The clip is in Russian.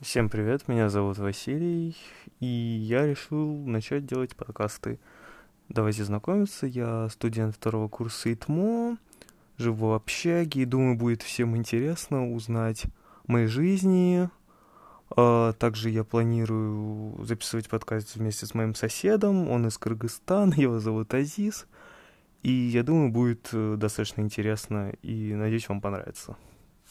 Всем привет, меня зовут Василий, и я решил начать делать подкасты. Давайте знакомиться, я студент второго курса ИТМО, живу в общаге, и думаю, будет всем интересно узнать о моей жизни. Также я планирую записывать подкаст вместе с моим соседом, он из Кыргызстана, его зовут Азиз, и я думаю, будет достаточно интересно, и надеюсь, вам понравится.